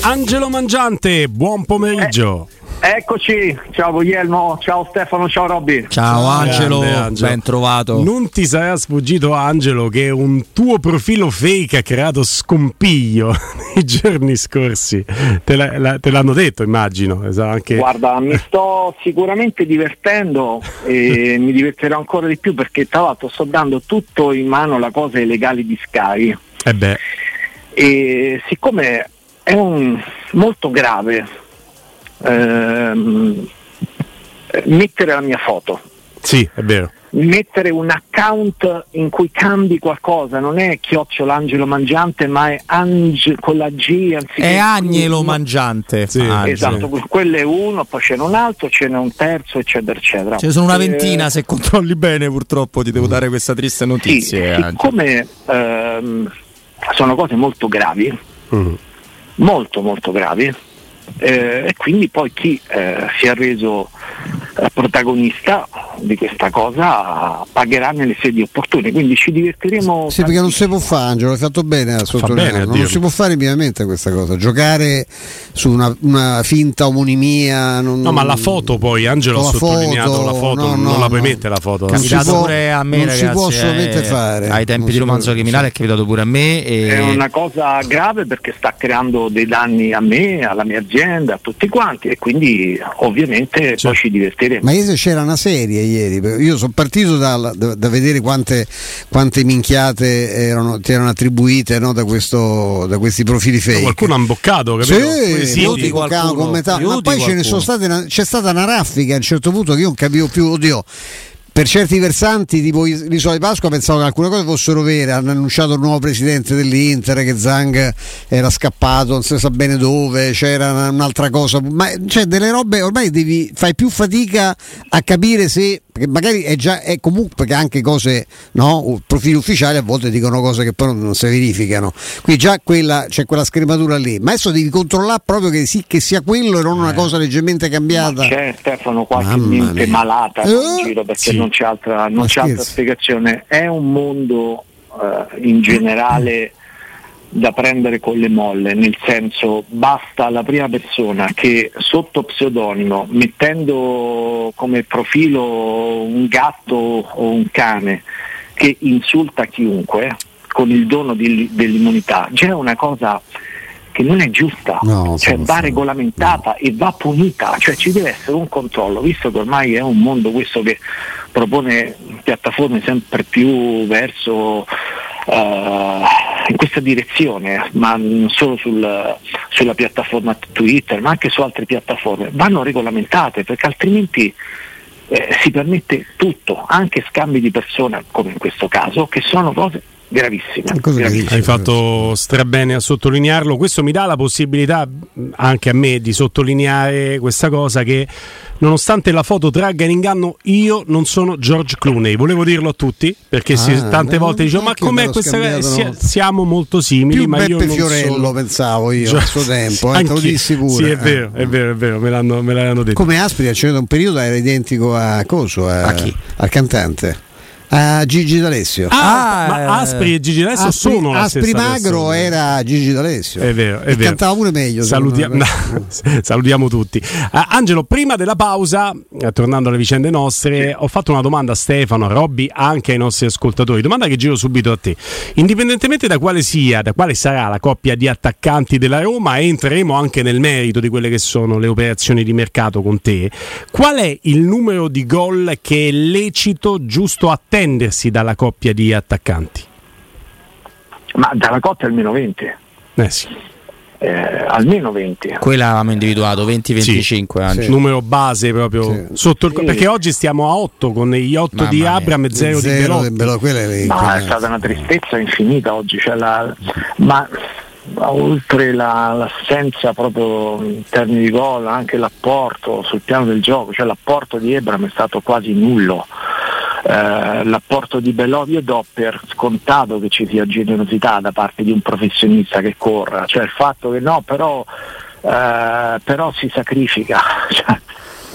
Angelo Mangiante, buon pomeriggio. Eccoci, ciao Guglielmo, ciao Stefano, ciao Robby. Ciao Angelo, ben trovato. Non ti sarà sfuggito, Angelo, che un tuo profilo fake ha creato scompiglio nei giorni scorsi. Te l'hanno detto, immagino. Anche... Guarda, mi sto sicuramente divertendo e mi divertirò ancora di più, perché tra l'altro sto dando tutto in mano la cosa ai legali di Sky. E siccome è molto grave mettere la mia foto, sì, è vero, mettere un account in cui cambi qualcosa, non è @Angelo Mangiante, ma è con la G anziché è Agnelo Mangiante, sì, esatto, quello è uno, poi c'è un altro, ce n'è un terzo, eccetera eccetera. Ce ne sono una ventina, se controlli bene. Purtroppo ti devo dare questa triste notizia. Sì, siccome sono cose molto gravi, molto molto gravi, e quindi poi chi si è reso protagonista di questa cosa pagherà nelle sedi opportune, quindi ci divertiremo. Sì, perché non si può fare, Angelo, hai fatto bene a sottolinearlo, non si può fare minimamente questa cosa, giocare su una finta omonimia. No, ma la foto poi, Angelo ha sottolineato la foto, non la puoi mettere la foto. È capitato pure a me, non ragazzi, si può assolutamente fare. Ai tempi di Romanzo Criminale è capitato pure a me. È una cosa grave, perché sta creando dei danni a me, alla mia azienda, a tutti quanti, e quindi ovviamente poi ci divertiremo. Ma ieri c'era una serie, io sono partito da vedere quante minchiate ti erano attribuite, no, da questi profili fake. Qualcuno ha imboccato, capito? Sì, ma poi c'è stata una raffica a un certo punto che io non capivo più, oddio. Per certi versanti, tipo l'Isola di Pasqua, pensavo che alcune cose fossero vere. Hanno annunciato il nuovo presidente dell'Inter, che Zhang era scappato, non si sa bene dove, c'era un'altra cosa. Ma c'è delle robe, ormai fai più fatica a capire se, perché magari è comunque, perché anche cose, no, profili ufficiali a volte dicono cose che poi non si verificano. Qui già c'è quella scrematura lì, ma adesso devi controllare proprio che sia quello e non una cosa leggermente cambiata. Ma c'è, Stefano, qualche mente malata in giro, perché non c'è altra spiegazione. È un mondo in generale da prendere con le molle, nel senso, basta la prima persona che sotto pseudonimo, mettendo come profilo un gatto o un cane, che insulta chiunque con il dono dell'immunità, già è una cosa che non è giusta, va regolamentata e va punita, cioè ci deve essere un controllo, visto che ormai è un mondo questo che propone piattaforme sempre più verso in questa direzione, ma non solo sulla piattaforma Twitter, ma anche su altre piattaforme, vanno regolamentate, perché altrimenti si permette tutto, anche scambi di persone, come in questo caso, che sono cose gravissime. Hai fatto strabene a sottolinearlo. Questo mi dà la possibilità anche a me di sottolineare questa cosa, che nonostante la foto tragga in inganno, io non sono George Clooney. Volevo dirlo a tutti, perché tante volte dicevo ma com'è questa siamo molto simili, ma Beppe io non Fiorello sono... pensavo io a suo tempo, te lo dissi pure. Sì, è vero, me l'hanno detto. Come Aspri, c'era un periodo era identico a chi? Al cantante, a Gigi D'Alessio. Ma Aspri e Gigi D'Alessio sono la Aspri stessa magro persona. Era Gigi D'Alessio. È vero. Cantava pure meglio. Salutiamo tutti. Angelo, prima della pausa, tornando alle vicende nostre, ho fatto una domanda a Stefano, a Robby, anche ai nostri ascoltatori. Domanda che giro subito a te. Indipendentemente da quale sarà la coppia di attaccanti della Roma, entreremo anche nel merito di quelle che sono le operazioni di mercato con te. Qual è il numero di gol che è lecito, giusto attendersi dalla coppia di attaccanti? Ma dalla coppia almeno 20. Sì. Almeno 20. Quella avevamo individuato 20-25 sì. Numero base proprio sotto il perché oggi stiamo a 8 con gli 8 di Abraham e 0 di Belotti. Ma è stata una tristezza infinita oggi, ma oltre l'assenza proprio in termini di gol, anche l'apporto sul piano del gioco, cioè l'apporto di Abraham è stato quasi nullo. L'apporto di Belotti, io do per scontato che ci sia generosità da parte di un professionista che corra, cioè il fatto che però si sacrifica,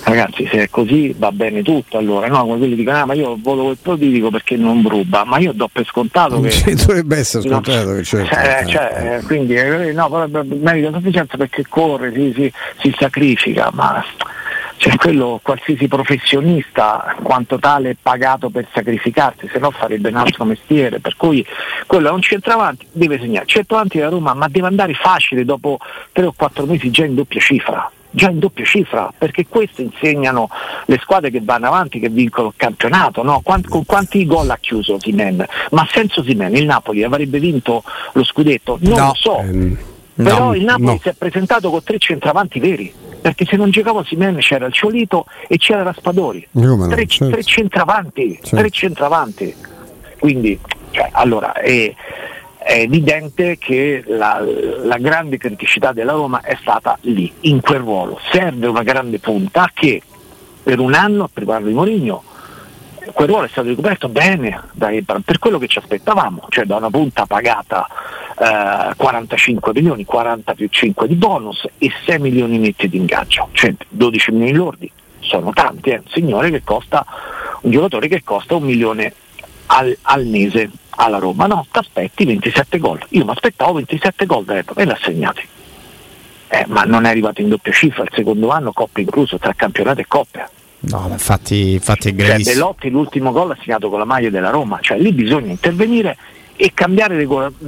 Ragazzi, se è così va bene tutto, allora no, come quelli dicono ma io voto quel politico perché non ruba, ma io do per scontato che dovrebbe essere scontato che quindi merita sufficienza perché corre, si sacrifica, ma quello qualsiasi professionista quanto tale è pagato per sacrificarsi, se no farebbe un altro mestiere, per cui quello è un centravanti, deve segnare, centravanti della Roma, ma deve andare facile dopo 3 o 4 mesi già in doppia cifra, perché questo insegnano le squadre che vanno avanti, che vincono il campionato, no? Con quanti gol ha chiuso Osimhen? Ma senza Osimhen il Napoli avrebbe vinto lo scudetto? Non lo so, però il Napoli si è presentato con 3 centravanti veri, perché se non giocava Osimhen c'era il Ciolito e c'era Raspadori, 3 centravanti, 3 centravanti, quindi allora è evidente che la grande criticità della Roma è stata lì, in quel ruolo. Serve una grande punta che per un anno, per parlo di Mourinho, quel ruolo è stato ricoperto bene per quello che ci aspettavamo, cioè da una punta pagata 45 milioni, 40 più 5 di bonus e 6 milioni netti di ingaggio, cioè 12 milioni lordi, sono tanti, un signore che costa, un giocatore che costa 1 milione al mese alla Roma. No, ti aspetti 27 gol, io mi aspettavo 27 gol da Ebram e l'ha segnati, ma non è arrivato in doppia cifra il secondo anno, coppe incluso, tra campionato e coppe. No, infatti è gravissimo. Belotti l'ultimo gol ha segnato con la maglia della Roma, cioè lì bisogna intervenire e cambiare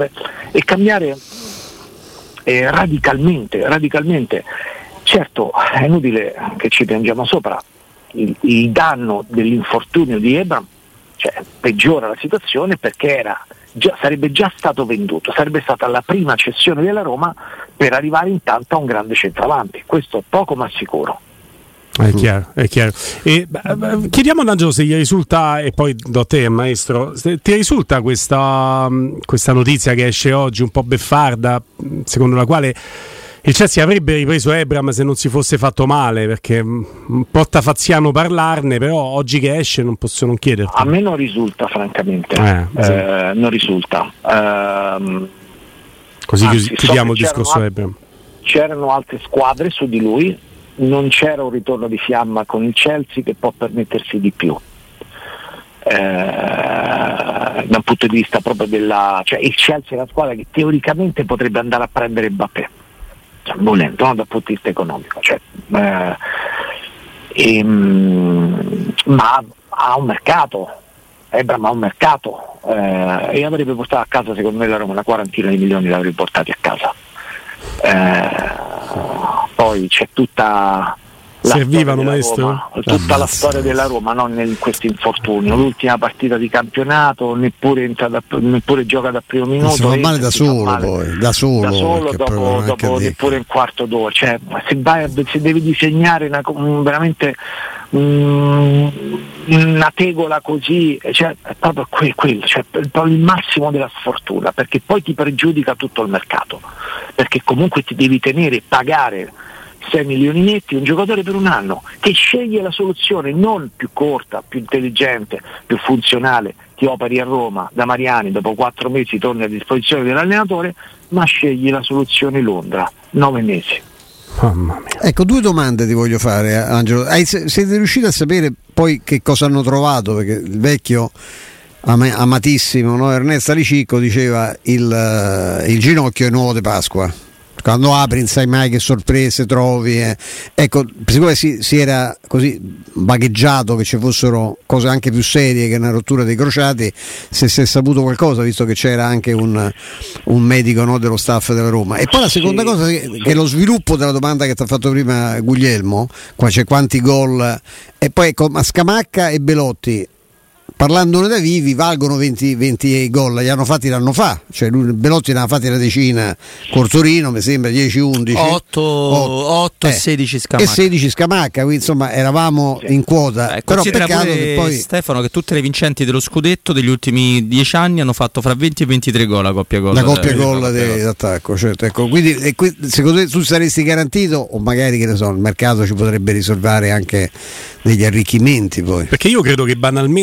radicalmente. Certo, è inutile che ci piangiamo sopra, il danno dell'infortunio di Ebram peggiora la situazione, perché sarebbe già stato venduto, sarebbe stata la prima cessione della Roma per arrivare intanto a un grande centravanti, questo poco ma sicuro. È chiaro. E, chiediamo ad Angelo se gli risulta, e poi do a te maestro, se ti risulta questa notizia che esce oggi un po' beffarda, secondo la quale il Chelsea avrebbe ripreso Ebram se non si fosse fatto male, perché un po' tafaziano parlarne, però oggi che esce non posso non chiederti. A me non risulta, francamente, non risulta. Così chiudiamo il discorso Ebram. C'erano altre squadre su di lui, non c'era un ritorno di fiamma con il Chelsea che può permettersi di più. Da un punto di vista proprio il Chelsea è la squadra che teoricamente potrebbe andare a prendere Mbappé, volendo, no? Dal punto di vista economico, ma ha un mercato, Ebram ha un mercato, e avrebbe portato a casa, secondo me la Roma, una quarantina di milioni l'avrebbe portati a casa. Poi c'è tutta servivano maestro? Tutta la storia della Roma, non in questo infortunio, l'ultima partita di campionato, neppure gioca dal primo minuto, si fa male da solo dopo neppure un quarto d'ora, cioè se devi disegnare veramente una tegola così, è proprio quello, proprio il massimo della sfortuna, perché poi ti pregiudica tutto il mercato, perché comunque ti devi tenere e pagare 6 milioni netti un giocatore per un anno che sceglie la soluzione non più corta, più intelligente, più funzionale, che operi a Roma da Mariani, dopo 4 mesi torni a disposizione dell'allenatore, ma sceglie la soluzione Londra, 9 mesi. Mamma mia. Ecco, 2 domande ti voglio fare, Angelo. Siete riusciti a sapere poi che cosa hanno trovato? Perché il vecchio amatissimo, no? Ernesto Alicicco diceva il ginocchio è nuovo di Pasqua. Quando apri non sai mai che sorprese trovi. Ecco, siccome si era così vagheggiato che ci fossero cose anche più serie che una rottura dei crociati, se si è saputo qualcosa, visto che c'era anche un medico, no, dello staff della Roma. E poi la seconda cosa che è lo sviluppo della domanda che ti ha fatto prima Guglielmo, qua c'è quanti gol, e poi ecco, ma Scamacca e Belotti, parlandone da vivi, valgono 20 gol, li hanno fatti l'anno fa, cioè Belotti ne ha fatti una decina col Torino, mi sembra 10-11, 8 e 16 Scamacca. E 16 Scamacca, quindi insomma eravamo in quota. Però peccato che poi, Stefano, che tutte le vincenti dello scudetto degli ultimi 10 anni hanno fatto fra 20 e 23 gol la coppia gol. La coppia gol d'attacco, certo. Ecco, quindi secondo te tu saresti garantito, o magari, che ne so, il mercato ci potrebbe risolvere anche degli arricchimenti poi? Perché io credo che banalmente chi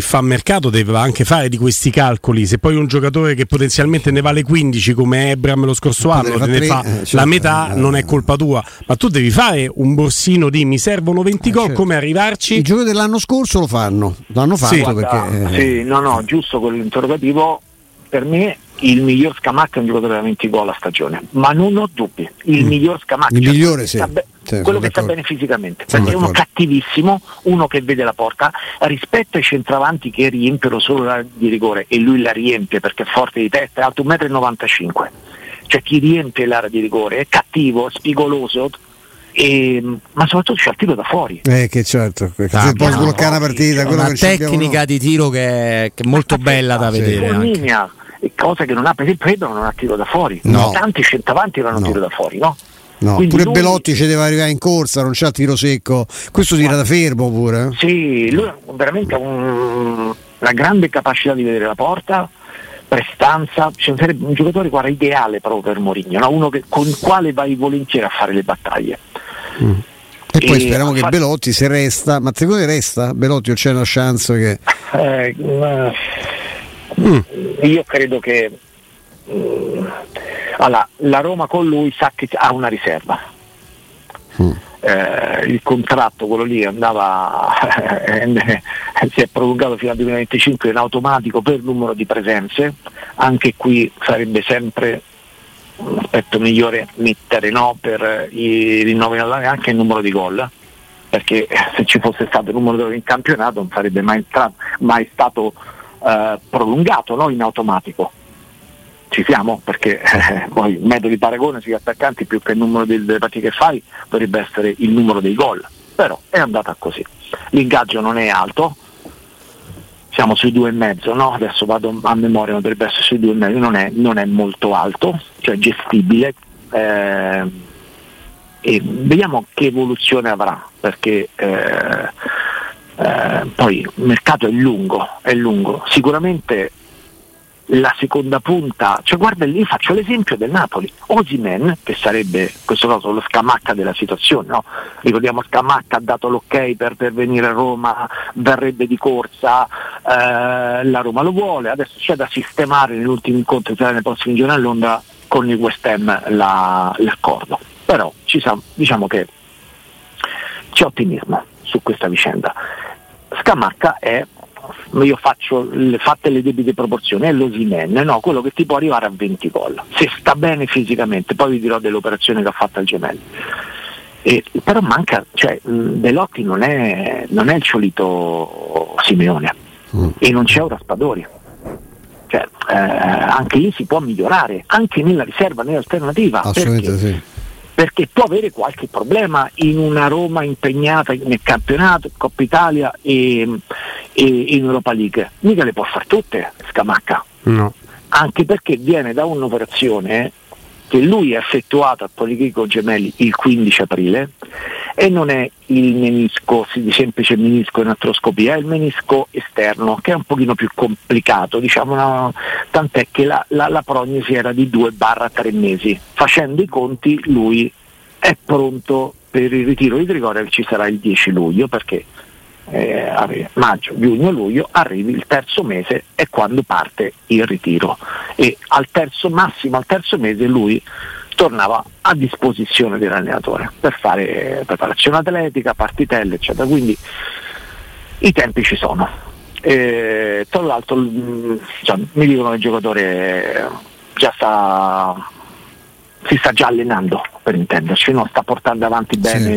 fa mercato deve anche fare di questi calcoli. Se poi un giocatore che potenzialmente ne vale 15 come Ebram lo scorso anno te ne fa la metà, non è colpa tua, ma tu devi fare un borsino di mi servono 20 gol, come arrivarci. I giocatori dell'anno scorso l'hanno fatto, sì, perché giusto quell'interrogativo. Per me il miglior Scamacca è un giocatore da 20 gol a stagione, ma non ho dubbi, il miglior Scamacca, il migliore, quello che sta bene fisicamente, perché è uno cattivissimo, uno che vede la porta rispetto ai centravanti che riempiono solo l'area di rigore, e lui la riempie perché è forte di testa, è alto 1,95 m, cioè chi riempie l'area di rigore è cattivo, spigoloso, ma soprattutto c'è il tiro da fuori, che certo, se può sbloccare una partita, una tecnica di tiro che è molto bella da vedere anche. Cosa che non ha, per esempio Ebram non ha tiro da fuori, tanti centravanti non hanno tiro da fuori, no? Pure Belotti ci deve arrivare in corsa, non c'ha tiro secco, questo tira da fermo pure. Sì, lui ha veramente una grande capacità di vedere la porta, prestanza, sarebbe un giocatore ideale proprio per Mourinho, no? Uno con il quale vai volentieri a fare le battaglie. E poi speriamo che Belotti, se resta, ma secondo te resta Belotti o c'è una chance che io credo che la Roma con lui sa che ha una riserva. Il contratto, quello lì, andava si è prolungato fino al 2025 in automatico per numero di presenze. Anche qui sarebbe sempre un aspetto migliore mettere per i rinnovi anche il numero di gol, perché se ci fosse stato il numero in campionato non sarebbe mai stato prolungato, in automatico. Ci siamo, perché poi il metodo di paragone sugli attaccanti, più che il numero delle partite che fai, dovrebbe essere il numero dei gol, però è andata così. L'ingaggio non è alto, siamo sui 2,5, no? Adesso vado a memoria, ma dovrebbe essere sui 2,5, non è molto alto, cioè gestibile, e vediamo che evoluzione avrà, perché poi il mercato è lungo, sicuramente la seconda punta, cioè guarda lì, faccio l'esempio del Napoli, Osimhen, che sarebbe in questo caso lo Scamacca della situazione, no? Ricordiamo Scamacca ha dato l'ok per venire a Roma, verrebbe di corsa, la Roma lo vuole, adesso c'è da sistemare negli ultimi incontri nei prossimi giorni a Londra con il West Ham l'accordo, però diciamo che c'è ottimismo su questa vicenda. Scamacca è, io fatte le debite proporzioni, è l'Osimhen, no? Quello che ti può arrivare a 20 gol se sta bene fisicamente. Poi vi dirò dell'operazione che ha fatto al gemello, però manca, cioè Belotti non è il solito Simeone, e non c'è Raspadori, cioè anche lì si può migliorare, anche nella riserva, nell'alternativa, perché può avere qualche problema in una Roma impegnata nel campionato, Coppa Italia e in Europa League. Mica le può far tutte Scamacca, no. Anche perché viene da un'operazione che lui ha effettuato a Polighico Gemelli il 15 aprile, e non è il menisco, di semplice menisco in artroscopia, è il menisco esterno, che è un pochino più complicato, no? Tant'è che la prognosi era di 2-3 mesi. Facendo i conti, lui è pronto per il ritiro di Trigoria, che ci sarà il 10 luglio, perché maggio, giugno, luglio, arrivi il terzo mese è quando parte il ritiro, e massimo al terzo mese lui tornava a disposizione dell'allenatore per fare preparazione atletica, partitelle, eccetera. Quindi i tempi ci sono. Tra l'altro mi dicono che il giocatore si sta già allenando, per intenderci, no? Sta portando avanti bene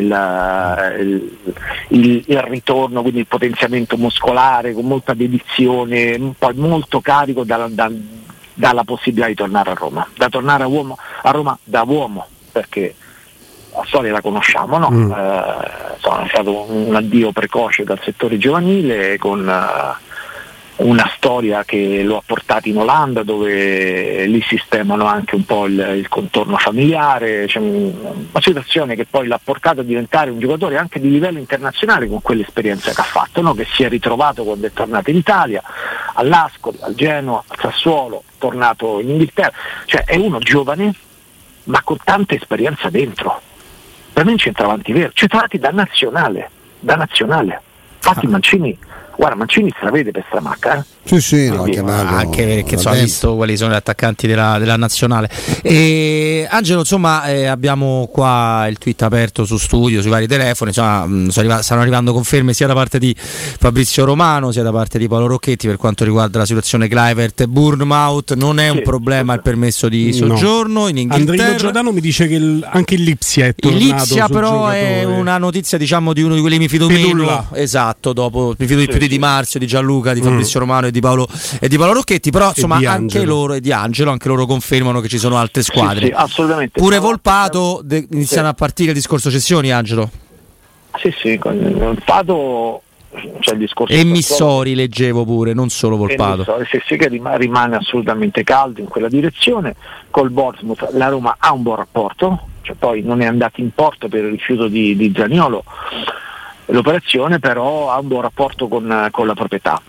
il ritorno, quindi il potenziamento muscolare con molta dedizione, poi molto carico dalla possibilità di tornare a Roma, da tornare a Roma da uomo, perché la storia la conosciamo, no? È stato un addio precoce dal settore giovanile, con una storia che lo ha portato in Olanda, dove lì sistemano anche un po' il contorno familiare, c'è una situazione che poi l'ha portato a diventare un giocatore anche di livello internazionale, con quell'esperienza che ha fatto, no? Che si è ritrovato quando è tornato in Italia, all'Ascoli, al Genoa, al Sassuolo, tornato in Inghilterra, cioè è uno giovane ma con tanta esperienza dentro. Per me è un centravanti vero, centravanti da nazionale. Infatti Mancini Guarda, Mancini se la vede per Stramacca, Sì, l'ho chiamato. Anche perché ha visto quali sono gli attaccanti della nazionale. E Angelo, insomma, abbiamo qua il tweet aperto su Studio, sui vari telefoni, insomma, stanno arrivando conferme sia da parte di Fabrizio Romano sia da parte di Paolo Rocchetti per quanto riguarda la situazione Kluivert e Bournemouth. Non è un problema il permesso di soggiorno in Inghilterra. Andrea Giordano mi dice che anche il Lipsia è tornato. Il Lipsia però è una notizia, diciamo, di uno di quelli mi fido meno. Esatto, dopo mi fido di più di Di Marzio, di Gianluca, di Fabrizio Romano e di Paolo Rocchetti, però insomma anche loro e di Angelo, anche loro confermano che ci sono altre squadre. Sì, assolutamente. Pure Volpato iniziano a partire il discorso cessioni, Angelo. Sì, con Volpato c'è il discorso. E Missori leggevo pure, non solo Volpato. Sì, che rimane assolutamente caldo in quella direzione. Col Bournemouth la Roma ha un buon rapporto, cioè poi non è andato in porto per il rifiuto di Zaniolo l'operazione, però ha un buon rapporto con la proprietà.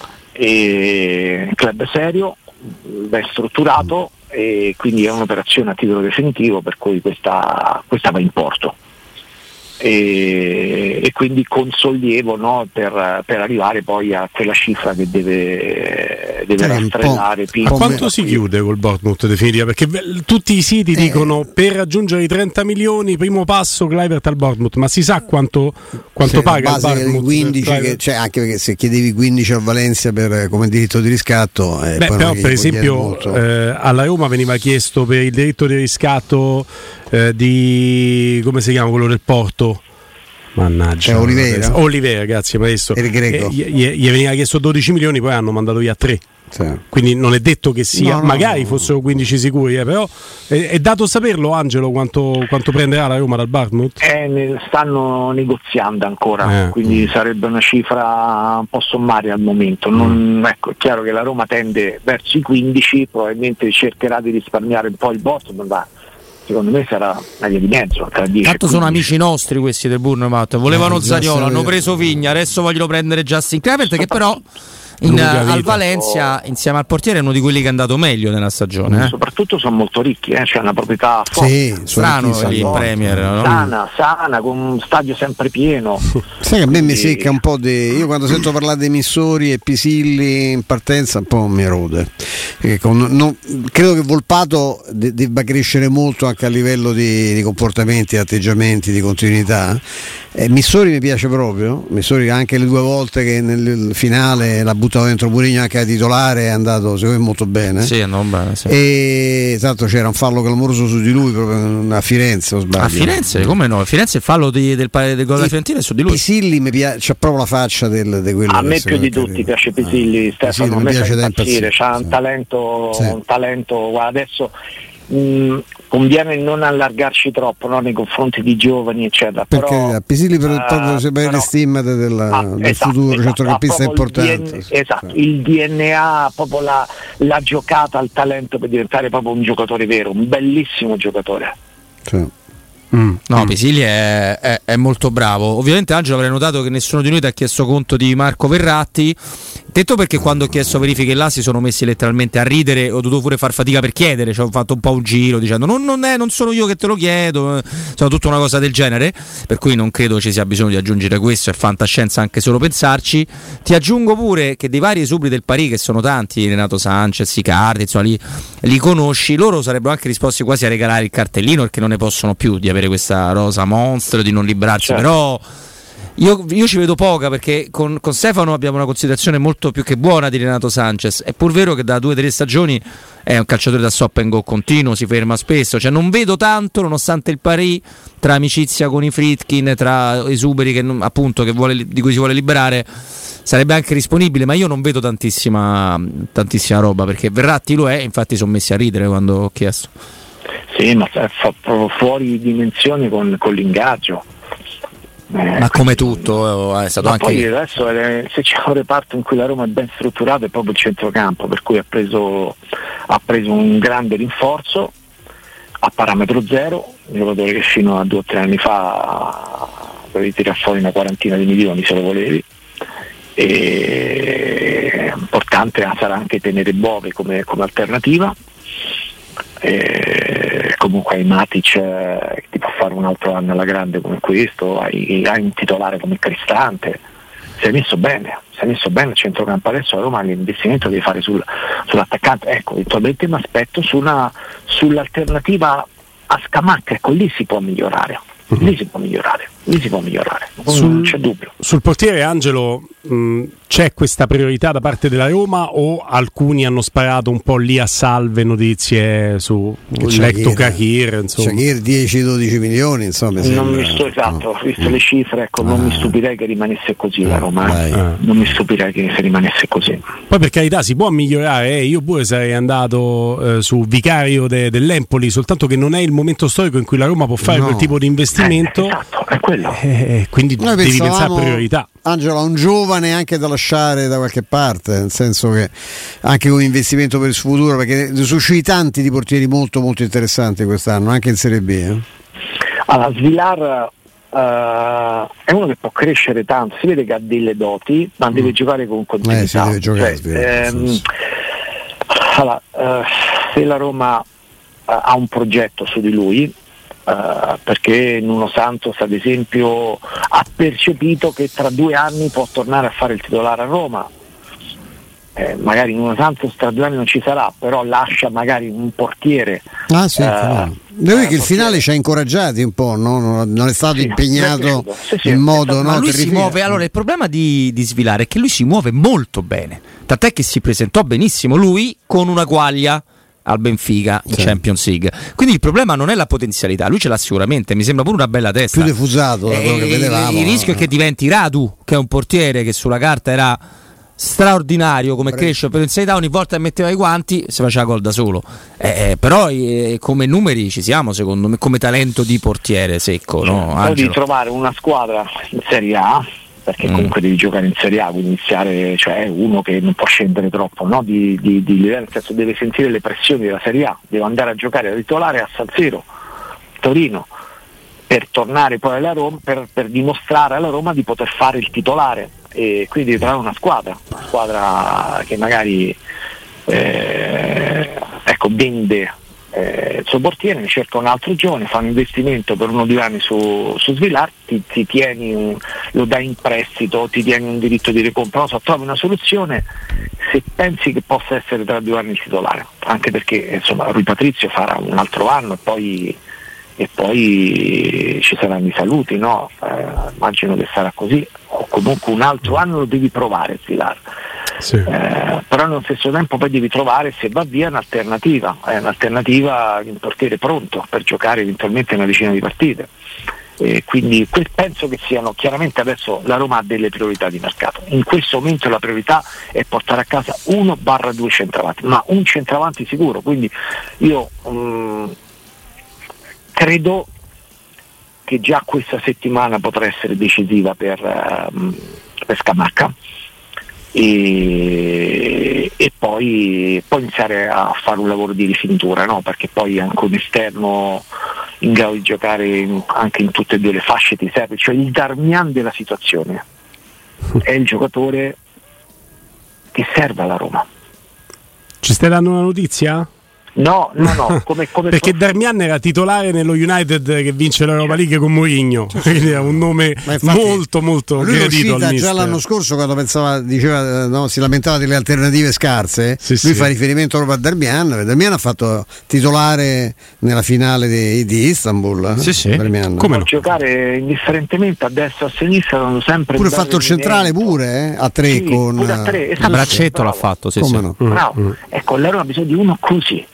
E club serio, ben strutturato, e quindi è un'operazione a titolo definitivo, per cui questa va in porto. E quindi con sollievo, no, per arrivare poi a quella cifra che deve rastrellare. A quanto si chiude col Bournemouth definitiva? Perché tutti i siti dicono per raggiungere i 30 milioni primo passo Kluivert al Bournemouth, ma si sa quanto paga il Bournemouth? 15 anche perché se chiedevi 15 al Valencia come diritto di riscatto, però per esempio alla Roma veniva chiesto per il diritto di riscatto di, come si chiama quello del Porto? Mannaggia, Oliveira, grazie maestro. Il greco. Gli veniva chiesto 12 milioni, poi hanno mandato via 3. Sì. Quindi non è detto che sia, magari fossero 15 sicuri, però è dato saperlo, Angelo, quanto prenderà la Roma dal Bournemouth? Stanno negoziando ancora, quindi sarebbe una cifra un po' sommaria al momento. Ecco, è chiaro che la Roma tende verso i 15, probabilmente cercherà di risparmiare un po' il Bournemouth, ma secondo me sarà una via di mezzo tra 10 tanto sono amici nostri questi del Bournemouth, volevano Zaniolo, hanno preso Vigna, adesso vogliono prendere Justin Kluivert, che però al Valencia insieme al portiere è uno di quelli che è andato meglio nella stagione. Soprattutto sono molto ricchi, c'è una proprietà forte. Strano lì in Premier, no? sana, con un stadio sempre pieno. Sai che a me mi secca un po' io quando sento parlare dei Missori e Pisilli in partenza un po' mi erode. Credo che Volpato debba crescere molto anche a livello di comportamenti, atteggiamenti, di continuità. Missori mi piace proprio, Missori anche le 2 volte che nel finale l'ha buttato dentro Mourinho anche a titolare, è andato secondo me molto bene. Sì, andò bene, sì. E tanto c'era un fallo clamoroso su di lui proprio a Firenze, o sbaglio? A Firenze, come no? A Firenze il fallo del gol della Fiorentina è su di lui. Pisilli mi piace, c'ha proprio la faccia di quello. A me più di tutti piace Pisilli, Stefano, mi piace da impazzire, c'ha un talento, guarda, adesso conviene non allargarci troppo, no, nei confronti di giovani eccetera, perché però Pisilli proprio se vai le stimmate del futuro centrocampista importante. Il DNA, proprio la giocata al talento per diventare proprio un giocatore vero, un bellissimo giocatore. No, Pisilli è molto bravo. Ovviamente Angelo avrei notato che nessuno di noi ti ha chiesto conto di Marco Verratti, detto perché quando ho chiesto verifiche là si sono messi letteralmente a ridere, ho dovuto pure far fatica per chiedere, ho fatto un po' un giro dicendo non sono io che te lo chiedo, sono tutta una cosa del genere, per cui non credo ci sia bisogno di aggiungere questo, è fantascienza anche solo pensarci. Ti aggiungo pure che dei vari esubri del Paris, che sono tanti, Renato Sanchez, Icardi, insomma li conosci, loro sarebbero anche disposti quasi a regalare il cartellino perché non ne possono più di avere questa rosa monster, di non librarsi, certo. Però io ci vedo poca, perché con Stefano abbiamo una considerazione molto più che buona di Renato Sanchez. È pur vero che da 2 o 3 stagioni è un calciatore da stop and go continuo, si ferma spesso, cioè non vedo tanto, nonostante il Paris, tra amicizia con i Friedkin, tra esuberi che appunto di cui si vuole liberare, sarebbe anche disponibile, ma io non vedo tantissima roba, perché Verratti lo è, infatti sono messi a ridere quando ho chiesto. Sì, ma fa proprio fuori dimensione con l'ingaggio. Ma come tutto è stato anche. Poi adesso se c'è un reparto in cui la Roma è ben strutturato è proprio il centrocampo, per cui ha preso un grande rinforzo a parametro zero, un giocatore che fino a 2 o 3 anni fa dovevi tirare fuori una 40 di milioni se lo volevi. E importante sarà anche tenere Bove come alternativa. Comunque hai Matic che ti può fare un altro anno alla grande come questo, hai un titolare come Cristante, sei messo bene, si è messo bene al centrocampo, adesso la Roma l'investimento deve fare sull'attaccante. Ecco, eventualmente mi aspetto sull'alternativa a Scamacca, ecco, lì si può migliorare. Lì si può migliorare, non c'è dubbio. Sul portiere, Angelo, c'è questa priorità da parte della Roma o alcuni hanno sparato un po' lì a salve notizie su Lecto Kakir, insomma? Shaqiri 10-12 milioni, insomma. Non mi sto visto le cifre, ecco, non mi stupirei che rimanesse così la Roma. Non mi stupirei che rimanesse così. Poi per carità si può migliorare, io pure sarei andato su Vicario dell'Empoli, soltanto che non è il momento storico in cui la Roma può fare quel tipo di investimento. Esatto, è quello. Quindi noi devi pensare a priorità. Angelo, un giovane anche da lasciare da qualche parte, nel senso che anche come investimento per il suo futuro, perché sono usciti tanti di portieri molto molto interessanti quest'anno, anche in Serie B. Allora, Svilar è uno che può crescere tanto, si vede che ha delle doti, ma deve giocare con continuità. Deve giocare, allora, se la Roma ha un progetto su di lui, perché Nuno Santos ad esempio ha percepito che tra 2 anni può tornare a fare il titolare a Roma, magari Nuno Santos tra 2 anni non ci sarà, però lascia magari un portiere. Devo che il finale ci ha incoraggiati un po', no? Non è stato impegnato in modo ma lui si muove. Allora il problema di Svilar è che lui si muove molto bene, tant'è che si presentò benissimo lui con una quaglia al Benfica in Champions League, quindi il problema non è la potenzialità, lui ce l'ha sicuramente, mi sembra pure una bella testa, più defusato da quello che vedevamo. Il rischio è che diventi Radu, che è un portiere che sulla carta era straordinario come cresce per potenzialità, ogni volta che metteva i guanti si faceva gol da solo, però come numeri ci siamo, secondo me, come talento di portiere secco, no? Poi di trovare una squadra in Serie A, perché comunque devi giocare in Serie A, quindi iniziare, cioè uno che non può scendere troppo, no? di livello, nel senso deve sentire le pressioni della Serie A, deve andare a giocare da titolare a San Siro, Torino, per tornare poi alla Roma, per dimostrare alla Roma di poter fare il titolare, e quindi devi trovare una squadra che magari vende il suo portiere, ne cerca un altro giovane, fa un investimento per 1 o 2 anni su Svilar, ti tieni lo dai in prestito, ti tieni un diritto di recompra, non so, trovi una soluzione se pensi che possa essere tra 2 anni il titolare, anche perché insomma Rui Patrizio farà un altro anno e poi ci saranno i saluti, no? Immagino che sarà così, o comunque un altro anno lo devi provare Svilar. Sì. Però allo stesso tempo poi devi trovare, se va via, un'alternativa di un portiere pronto per giocare eventualmente una decina di partite, quindi penso che siano chiaramente, adesso la Roma ha delle priorità di mercato, in questo momento la priorità è portare a casa 1-2 centravanti, ma un centravanti sicuro, quindi io credo che già questa settimana potrà essere decisiva per Scamacca, e poi iniziare a fare un lavoro di rifinitura, no? Perché poi anche un esterno in grado di giocare anche in tutte e 2 le fasce ti serve, cioè il Darmian della situazione è il giocatore che serve alla Roma. Ci stai dando una notizia? No, come perché Darmian era titolare nello United che vince l'Europa League con Mourinho, quindi è un nome molto molto lui gradito al già l'anno scorso, quando diceva, no, si lamentava delle alternative scarse, lui fa riferimento proprio a Darmian ha fatto titolare nella finale di Istanbul. Come può giocare indifferentemente a destra o a sinistra, hanno sempre pure fatto il centrale pure a 3 con pure a 3, esatto, Braccetto l'ha fatto, no? Bravo. Ecco, la Roma ha bisogno di uno così,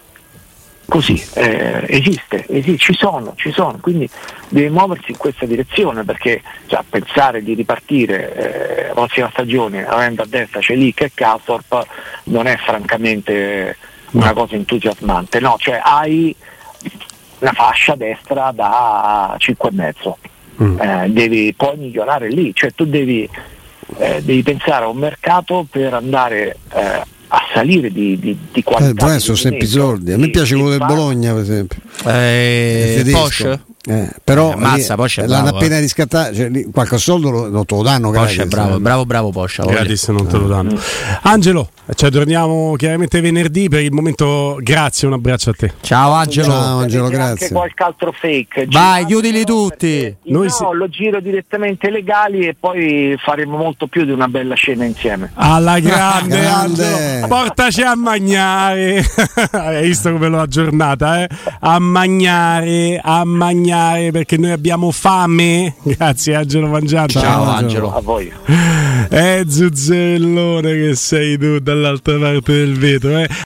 esiste, ci sono, quindi deve muoversi in questa direzione, perché pensare di ripartire la prossima stagione avendo a destra Celic e Karsdorp non è francamente una cosa entusiasmante, no? Cioè hai una fascia destra da 5,5, devi poi migliorare lì, cioè tu devi pensare a un mercato per andare a salire di qualità. Sono sempre soldi. A me piace quello del Bologna, per esempio. Porsche? però Mazza, Porsche è l'hanno bravo, appena riscattato, cioè, qualche soldo lo danno. Porsche è bravo Porsche. Gratis non te lo danno. Angelo, ci torniamo chiaramente venerdì. Per il momento grazie, un abbraccio a te. Ciao Angelo. Ciao Angelo, grazie. Anche qualche altro fake. Vai, chiudili tutti. Lo giro direttamente legali e poi faremo molto più di una bella scena insieme. Alla grande. Angelo, portaci a mangiare. Hai visto come l'ho aggiornata, a mangiare perché noi abbiamo fame. Grazie Angelo Mangiante. Ciao Angelo. A voi. Zuzzellone che sei tu dall'altra parte del vetro,